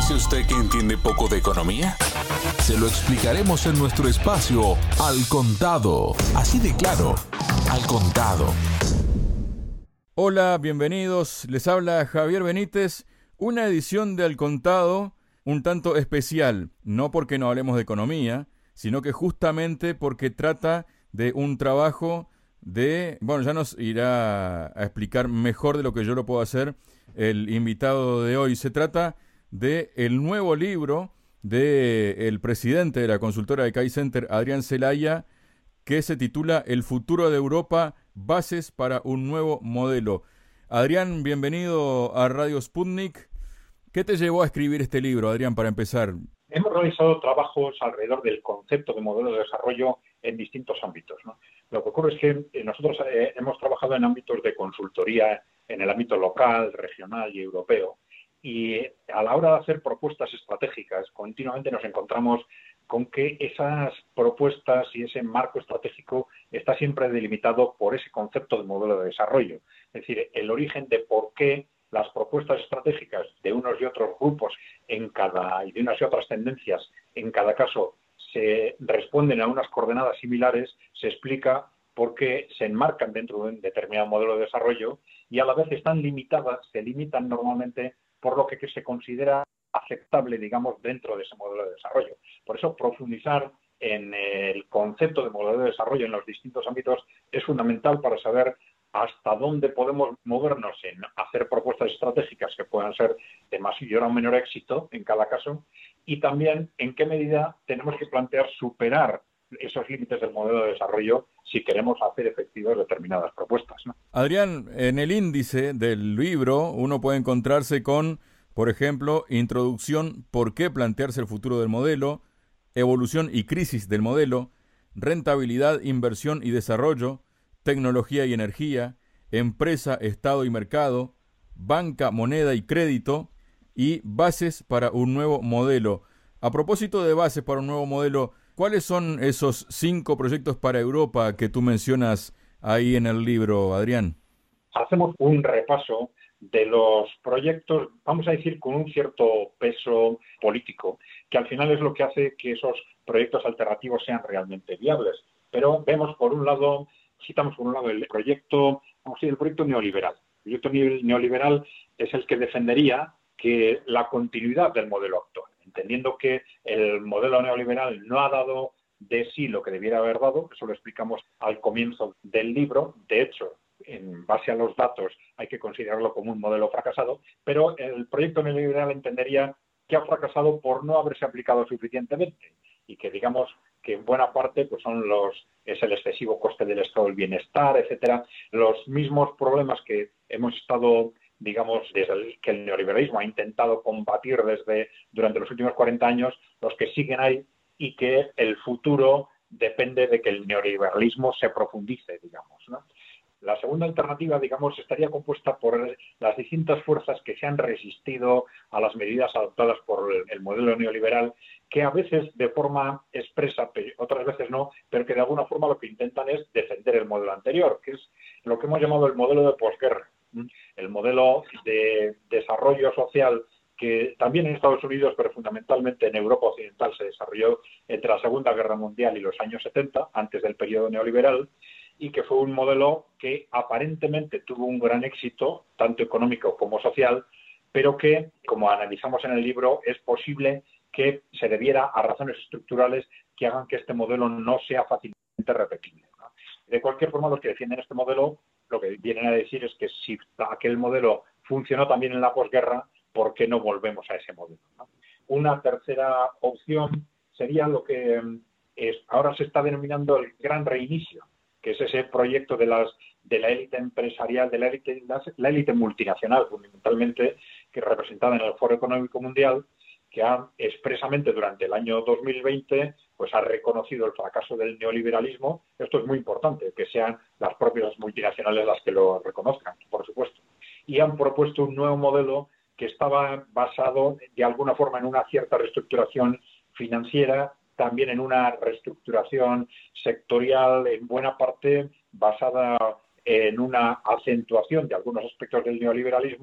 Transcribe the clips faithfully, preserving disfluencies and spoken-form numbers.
¿Dice usted que entiende poco de economía? Se lo explicaremos en nuestro espacio Al Contado. Así de claro, Al Contado. Hola, bienvenidos. Les habla Javier Benítez. Una edición de Al Contado un tanto especial. No porque no hablemos de economía, sino que justamente porque trata de un trabajo de... Bueno, ya nos irá a explicar mejor de lo que yo lo puedo hacer el invitado de hoy. Se trata de el nuevo libro del presidente de la consultora de CAI Center, Adrián Celaya, que se titula El futuro de Europa, bases para un nuevo modelo. Adrián, bienvenido a Radio Sputnik. ¿Qué te llevó a escribir este libro, Adrián, para empezar? Hemos realizado trabajos alrededor del concepto de modelo de desarrollo en distintos ámbitos, ¿no? Lo que ocurre es que nosotros eh, hemos trabajado en ámbitos de consultoría en el ámbito local, regional y europeo, y a la hora de hacer propuestas estratégicas continuamente nos encontramos con que esas propuestas y ese marco estratégico está siempre delimitado por ese concepto de modelo de desarrollo. Es decir, el origen de por qué las propuestas estratégicas de unos y otros grupos en cada y de unas y otras tendencias en cada caso se responden a unas coordenadas similares, se explica por qué se enmarcan dentro de un determinado modelo de desarrollo y a la vez están limitadas, se limitan normalmente por lo que se considera aceptable, digamos, dentro de ese modelo de desarrollo. Por eso, profundizar en el concepto de modelo de desarrollo en los distintos ámbitos es fundamental para saber hasta dónde podemos movernos en hacer propuestas estratégicas que puedan ser de mayor o menor éxito en cada caso, y también en qué medida tenemos que plantear superar esos límites del modelo de desarrollo si queremos hacer efectivas determinadas propuestas, ¿no? Adrián, en el índice del libro uno puede encontrarse con, por ejemplo, introducción, por qué plantearse el futuro del modelo, evolución y crisis del modelo, rentabilidad, inversión y desarrollo, tecnología y energía, empresa, Estado y mercado, banca, moneda y crédito, y bases para un nuevo modelo. A propósito de bases para un nuevo modelo, ¿cuáles son esos cinco proyectos para Europa que tú mencionas ahí en el libro, Adrián? Hacemos un repaso de los proyectos, vamos a decir, con un cierto peso político, que al final es lo que hace que esos proyectos alternativos sean realmente viables. Pero vemos, por un lado, citamos por un lado el proyecto, vamos a decir, el proyecto neoliberal. El proyecto neoliberal es el que defendería que la continuidad del modelo actual, entendiendo que el modelo neoliberal no ha dado de sí lo que debiera haber dado, eso lo explicamos al comienzo del libro. De hecho, en base a los datos hay que considerarlo como un modelo fracasado, pero el proyecto neoliberal entendería que ha fracasado por no haberse aplicado suficientemente y que, digamos, que en buena parte pues son los es el excesivo coste del estado del bienestar, etcétera, los mismos problemas que hemos estado, digamos, desde el, que el neoliberalismo ha intentado combatir desde durante los últimos cuarenta años, los que siguen ahí, y que el futuro depende de que el neoliberalismo se profundice, digamos, ¿no? La segunda alternativa, digamos, estaría compuesta por las distintas fuerzas que se han resistido a las medidas adoptadas por el modelo neoliberal, que a veces de forma expresa, otras veces no, pero que de alguna forma lo que intentan es defender el modelo anterior, que es lo que hemos llamado el modelo de posguerra, el modelo de desarrollo social que también en Estados Unidos, pero fundamentalmente en Europa Occidental, se desarrolló entre la Segunda Guerra Mundial y los años setenta, antes del periodo neoliberal, y que fue un modelo que aparentemente tuvo un gran éxito, tanto económico como social, pero que, como analizamos en el libro, es posible que se debiera a razones estructurales que hagan que este modelo no sea fácilmente repetible, ¿no? De cualquier forma, los que defienden este modelo lo que vienen a decir es que si aquel modelo funcionó también en la posguerra, ¿por qué no volvemos a ese modelo, ¿no? Una tercera opción sería lo que es, ahora se está denominando el gran reinicio, que es ese proyecto de las de la élite empresarial, de la élite, la élite multinacional, fundamentalmente, que es representada en el Foro Económico Mundial, que ha expresamente durante el año dos mil veinte pues ha reconocido el fracaso del neoliberalismo. Esto es muy importante, que sean las propias multinacionales las que lo reconozcan, por supuesto. Y han propuesto un nuevo modelo que estaba basado de alguna forma en una cierta reestructuración financiera, también en una reestructuración sectorial, en buena parte basada en una acentuación de algunos aspectos del neoliberalismo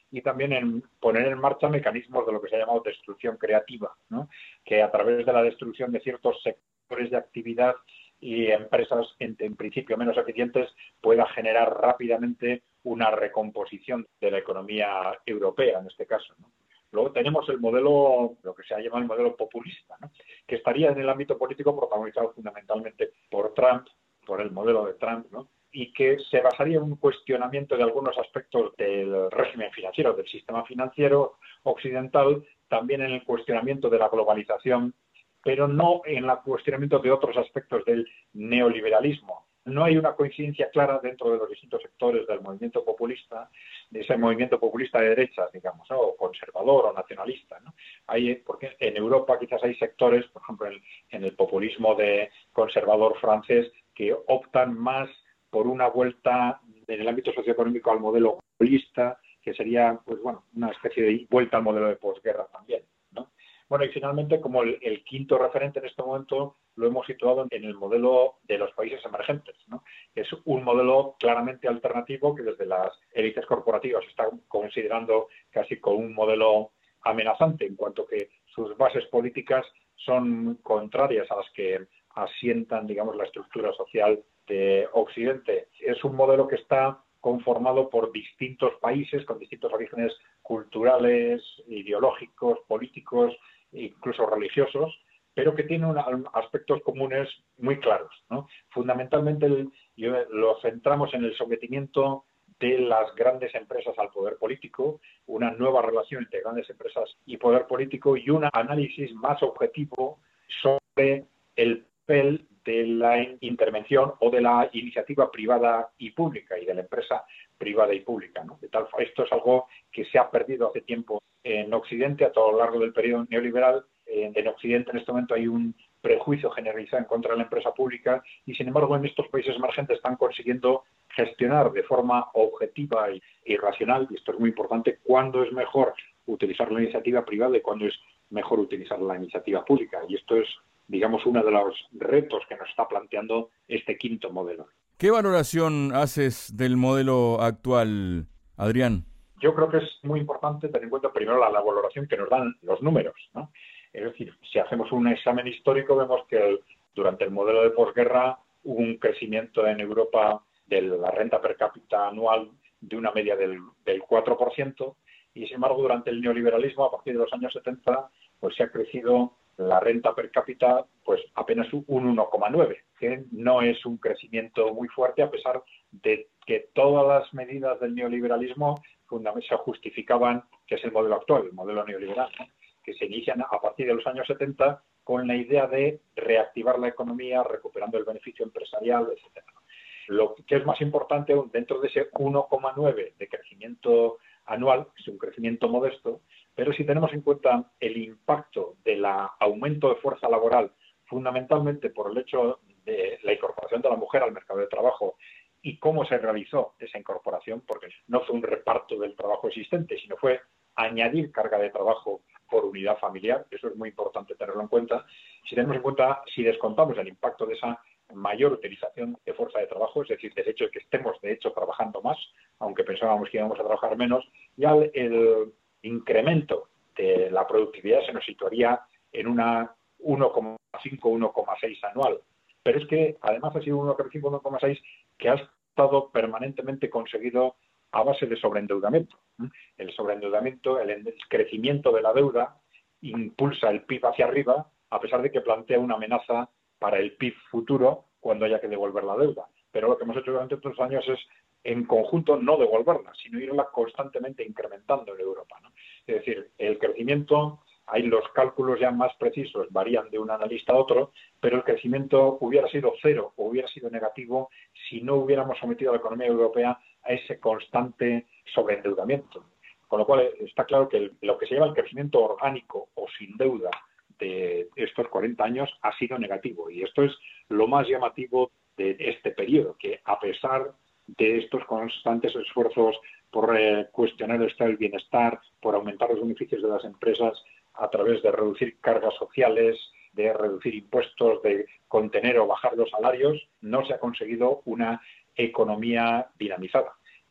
y también en poner en marcha mecanismos de lo que se ha llamado destrucción creativa, ¿no? Que a través de la destrucción de ciertos sectores de actividad y empresas en, en principio menos eficientes pueda generar rápidamente una recomposición de la economía europea en este caso, ¿no? Luego tenemos el modelo, lo que se ha llamado el modelo populista, ¿no? Que estaría en el ámbito político protagonizado fundamentalmente por Trump, por el modelo de Trump, ¿no? Y que se basaría en un cuestionamiento de algunos aspectos del régimen financiero, del sistema financiero occidental, también en el cuestionamiento de la globalización, pero no en el cuestionamiento de otros aspectos del neoliberalismo. No hay una coincidencia clara dentro de los distintos sectores del movimiento populista, de ese movimiento populista de derechas, digamos, ¿no? O conservador o nacionalista, ¿no? Hay, porque en Europa quizás hay sectores, por ejemplo, en, en el populismo de conservador francés, que optan más por una vuelta en el ámbito socioeconómico al modelo populista, que sería, pues bueno, una especie de vuelta al modelo de posguerra también, ¿no? Bueno, y finalmente, como el, el quinto referente en este momento, lo hemos situado en el modelo de los países emergentes, ¿no? Que es un modelo claramente alternativo que desde las élites corporativas se está considerando casi como un modelo amenazante, en cuanto que sus bases políticas son contrarias a las que asientan, digamos, la estructura social de Occidente. Es un modelo que está conformado por distintos países con distintos orígenes culturales, ideológicos, políticos, incluso religiosos, pero que tiene una, aspectos comunes muy claros, ¿no? Fundamentalmente el, lo centramos en el sometimiento de las grandes empresas al poder político, una nueva relación entre grandes empresas y poder político y un análisis más objetivo sobre el papel de la intervención o de la iniciativa privada y pública y de la empresa privada y pública, ¿no? De tal, esto es algo que se ha perdido hace tiempo en Occidente a todo lo largo del periodo neoliberal. En Occidente en este momento hay un prejuicio generalizado en contra de la empresa pública y, sin embargo, en estos países emergentes están consiguiendo gestionar de forma objetiva y, y racional, y esto es muy importante, cuándo es mejor utilizar la iniciativa privada y cuándo es mejor utilizar la iniciativa pública. Y esto es, digamos, uno de los retos que nos está planteando este quinto modelo. ¿Qué valoración haces del modelo actual, Adrián? Yo creo que es muy importante tener en cuenta primero la, la valoración que nos dan los números, ¿no? Es decir, si hacemos un examen histórico, vemos que el, durante el modelo de posguerra hubo un crecimiento en Europa de la renta per cápita anual de una media del, del cuatro por ciento, y sin embargo durante el neoliberalismo, a partir de los años setenta, pues se ha crecido la renta per cápita pues apenas un uno coma nueve, que no es un crecimiento muy fuerte, a pesar de que todas las medidas del neoliberalismo fundamentalmente se justificaban, que es el modelo actual, el modelo neoliberal, ¿no? Que se inician a partir de los años setenta con la idea de reactivar la economía, recuperando el beneficio empresarial, etcétera. Lo que es más importante, dentro de ese uno coma nueve de crecimiento anual, es un crecimiento modesto, pero si tenemos en cuenta el impacto del aumento de fuerza laboral, fundamentalmente por el hecho de la incorporación de la mujer al mercado de trabajo y cómo se realizó esa incorporación, porque no fue un reparto del trabajo existente, sino fue añadir carga de trabajo por unidad familiar, eso es muy importante tenerlo en cuenta. Si tenemos en cuenta, si descontamos el impacto de esa mayor utilización de fuerza de trabajo, es decir, del hecho de que estemos de hecho trabajando más, aunque pensábamos que íbamos a trabajar menos, ya el, el incremento de la productividad se nos situaría en una uno coma cinco, uno coma seis anual. Pero es que además ha sido uno coma cinco, uno coma seis que ha estado permanentemente conseguido a base de sobreendeudamiento. El sobreendeudamiento, el crecimiento de la deuda, impulsa el P I B hacia arriba, a pesar de que plantea una amenaza para el P I B futuro cuando haya que devolver la deuda. Pero lo que hemos hecho durante estos años es, en conjunto, no devolverla, sino irla constantemente incrementando en Europa, ¿no? Es decir, el crecimiento, ahí los cálculos ya más precisos varían de un analista a otro, pero el crecimiento hubiera sido cero o hubiera sido negativo si no hubiéramos sometido a la economía europea a ese constante sobreendeudamiento. Con lo cual está claro que el, lo que se llama el crecimiento orgánico o sin deuda de estos cuarenta años ha sido negativo. Y esto es lo más llamativo de este periodo, que a pesar de estos constantes esfuerzos por eh, cuestionar el estado del bienestar, por aumentar los beneficios de las empresas a través de reducir cargas sociales, de reducir impuestos, de contener o bajar los salarios, no se ha conseguido una economía dinamizada.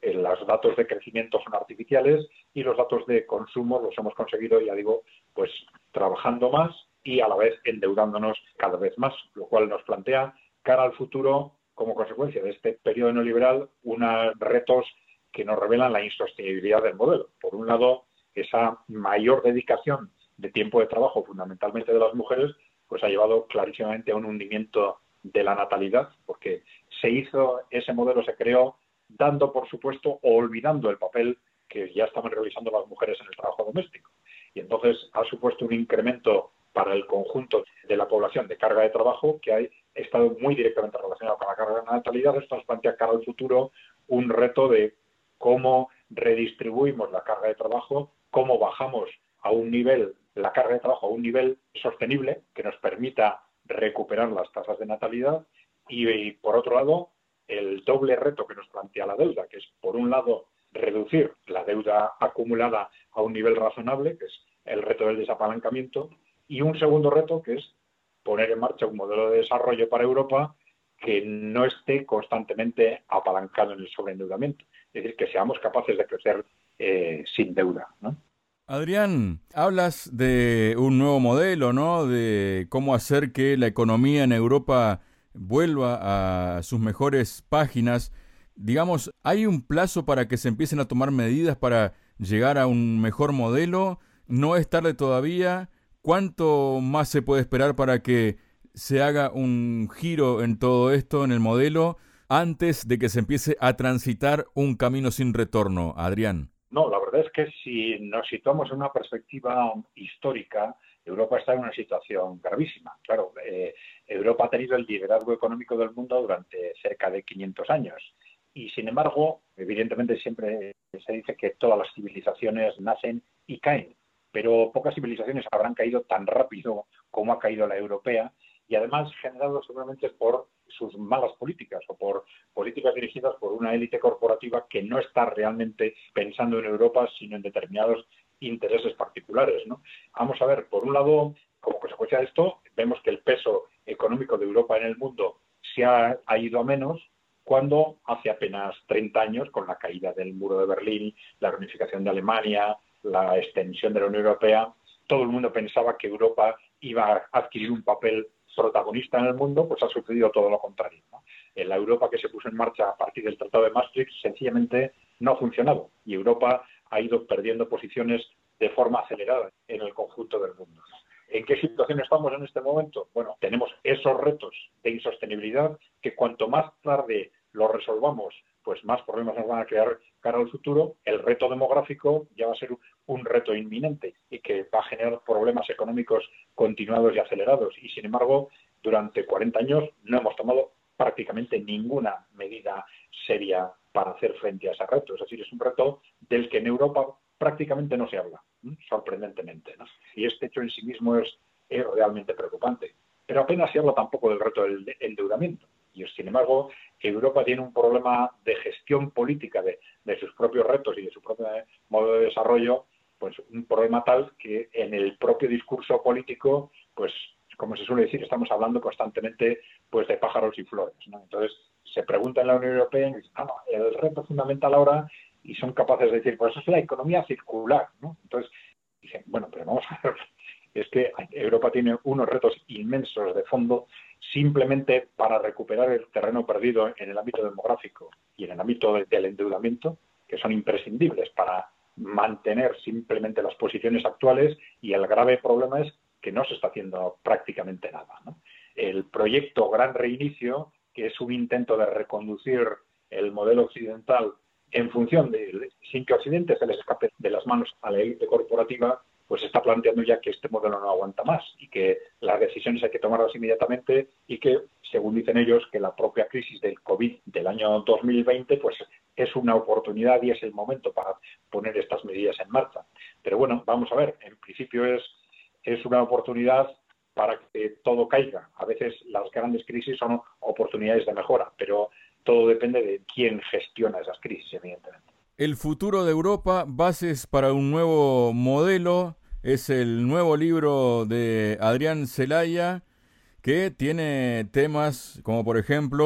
eh, los datos de crecimiento son artificiales y los datos de consumo los hemos conseguido, ya digo, pues trabajando más y a la vez endeudándonos cada vez más, lo cual nos plantea cara al futuro, como consecuencia de este periodo neoliberal, unos retos que nos revelan la insostenibilidad del modelo. Por un lado, esa mayor dedicación de tiempo de trabajo, fundamentalmente de las mujeres, pues ha llevado clarísimamente a un hundimiento de la natalidad, porque se hizo, ese modelo se creó dando, por supuesto, o olvidando el papel que ya estaban realizando las mujeres en el trabajo doméstico. Y entonces ha supuesto un incremento para el conjunto de la población de carga de trabajo que ha estado muy directamente relacionado con la carga de natalidad. Esto nos plantea cara al futuro un reto de cómo redistribuimos la carga de trabajo, cómo bajamos a un nivel, la carga de trabajo a un nivel sostenible que nos permita recuperar las tasas de natalidad y, y por otro lado, el doble reto que nos plantea la deuda, que es, por un lado, reducir la deuda acumulada a un nivel razonable, que es el reto del desapalancamiento, y un segundo reto, que es poner en marcha un modelo de desarrollo para Europa que no esté constantemente apalancado en el sobreendeudamiento. Es decir, que seamos capaces de crecer eh, sin deuda, ¿no? Adrián, hablas de un nuevo modelo, ¿no? De cómo hacer que la economía en Europa vuelva a sus mejores páginas. Digamos, ¿hay un plazo para que se empiecen a tomar medidas para llegar a un mejor modelo? ¿No es tarde todavía? ¿Cuánto más se puede esperar para que se haga un giro en todo esto, en el modelo, antes de que se empiece a transitar un camino sin retorno, Adrián? No, la verdad es que si nos situamos en una perspectiva histórica, Europa está en una situación gravísima. Claro, eh, Europa ha tenido el liderazgo económico del mundo durante cerca de quinientos años. Y, sin embargo, evidentemente siempre se dice que todas las civilizaciones nacen y caen, pero pocas civilizaciones habrán caído tan rápido como ha caído la europea, y además generado seguramente por sus malas políticas o por políticas dirigidas por una élite corporativa que no está realmente pensando en Europa, sino en determinados intereses particulares, ¿no? Vamos a ver, por un lado, como consecuencia de esto, vemos que el peso económico de Europa en el mundo se ha, ha ido a menos, cuando hace apenas treinta años, con la caída del muro de Berlín, la reunificación de Alemania, la extensión de la Unión Europea, todo el mundo pensaba que Europa iba a adquirir un papel protagonista en el mundo, pues ha sucedido todo lo contrario, ¿no? En la Europa que se puso en marcha a partir del Tratado de Maastricht sencillamente no ha funcionado y Europa ha ido perdiendo posiciones de forma acelerada en el conjunto del mundo, ¿no? ¿En qué situación estamos en este momento? Bueno, tenemos esos retos de insostenibilidad que cuanto más tarde los resolvamos, pues más problemas nos van a crear cara al futuro. El reto demográfico ya va a ser un reto inminente y que va a generar problemas económicos continuados y acelerados. Y, sin embargo, durante cuarenta años no hemos tomado prácticamente ninguna medida seria para hacer frente a ese reto. Es decir, es un reto del que en Europa prácticamente no se habla, ¿eh? sorprendentemente, ¿no? Y este hecho en sí mismo es, es realmente preocupante. Pero apenas se habla tampoco del reto del endeudamiento. Y, sin embargo, Europa tiene un problema de gestión política de, de sus propios retos y de su propio modo de desarrollo, pues un problema tal que en el propio discurso político, pues como se suele decir, estamos hablando constantemente pues de pájaros y flores, ¿no? Entonces se pregunta en la Unión Europea y dicen, ah, no, el reto fundamental ahora, y son capaces de decir, pues eso es la economía circular, ¿no? Entonces dicen, bueno, pero vamos a ver, es que Europa tiene unos retos inmensos de fondo simplemente para recuperar el terreno perdido en el ámbito demográfico y en el ámbito del endeudamiento, que son imprescindibles para mantener simplemente las posiciones actuales, y el grave problema es que no se está haciendo prácticamente nada, ¿no? El proyecto Gran Reinicio, que es un intento de reconducir el modelo occidental en función de, sin que Occidente se les escape de las manos a la élite corporativa, pues está planteando ya que este modelo no aguanta más y que las decisiones hay que tomarlas inmediatamente y que, según dicen ellos, que la propia crisis del COVID del año dos mil veinte pues es una oportunidad y es el momento para poner estas medidas en marcha. Pero bueno, vamos a ver, en principio es, es una oportunidad para que todo caiga. A veces las grandes crisis son oportunidades de mejora, pero todo depende de quién gestiona esas crisis, evidentemente. El futuro de Europa, bases para un nuevo modelo, es el nuevo libro de Adrián Celaya, que tiene temas como, por ejemplo,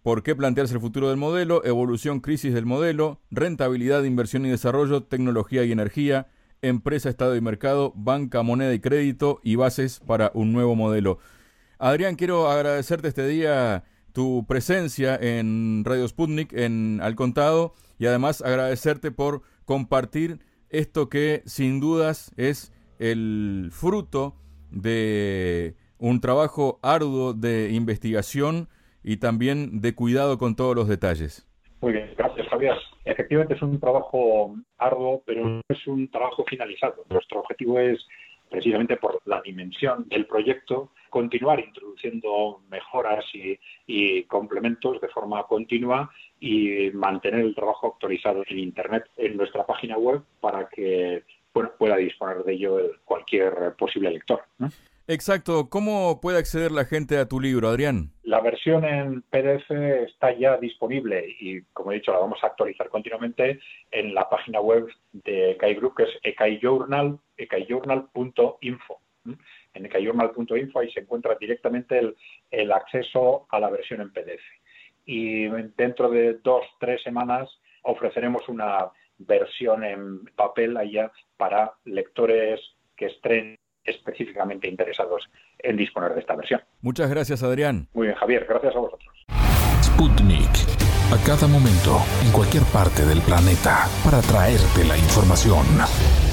¿Por qué plantearse el futuro del modelo? Evolución, crisis del modelo, rentabilidad, inversión y desarrollo, tecnología y energía, empresa, estado y mercado, banca, moneda y crédito y bases para un nuevo modelo. Adrián, quiero agradecerte este día tu presencia en Radio Sputnik, en Al Contado, y además agradecerte por compartir esto que sin dudas es el fruto de un trabajo arduo de investigación y también de cuidado con todos los detalles. Muy bien, gracias, Javier. Efectivamente es un trabajo arduo, pero no es un trabajo finalizado. Nuestro objetivo es, precisamente por la dimensión del proyecto, continuar introduciendo mejoras y, y complementos de forma continua y mantener el trabajo actualizado en Internet, en nuestra página web, para que bueno, pueda disponer de ello cualquier posible lector, ¿no? Exacto. ¿Cómo puede acceder la gente a tu libro, Adrián? La versión en P D F está ya disponible y, como he dicho, la vamos a actualizar continuamente en la página web de E C A I Group, que es ecaijournal, ecaijournal punto info. En ecaijournal punto info ahí se encuentra directamente el, el acceso a la versión en P D F. Y dentro de dos, tres semanas ofreceremos una versión en papel allá para lectores que estén específicamente interesados en disponer de esta versión. Muchas gracias, Adrián. Muy bien, Javier, gracias a vosotros. Sputnik, a cada momento, en cualquier parte del planeta, para traerte la información.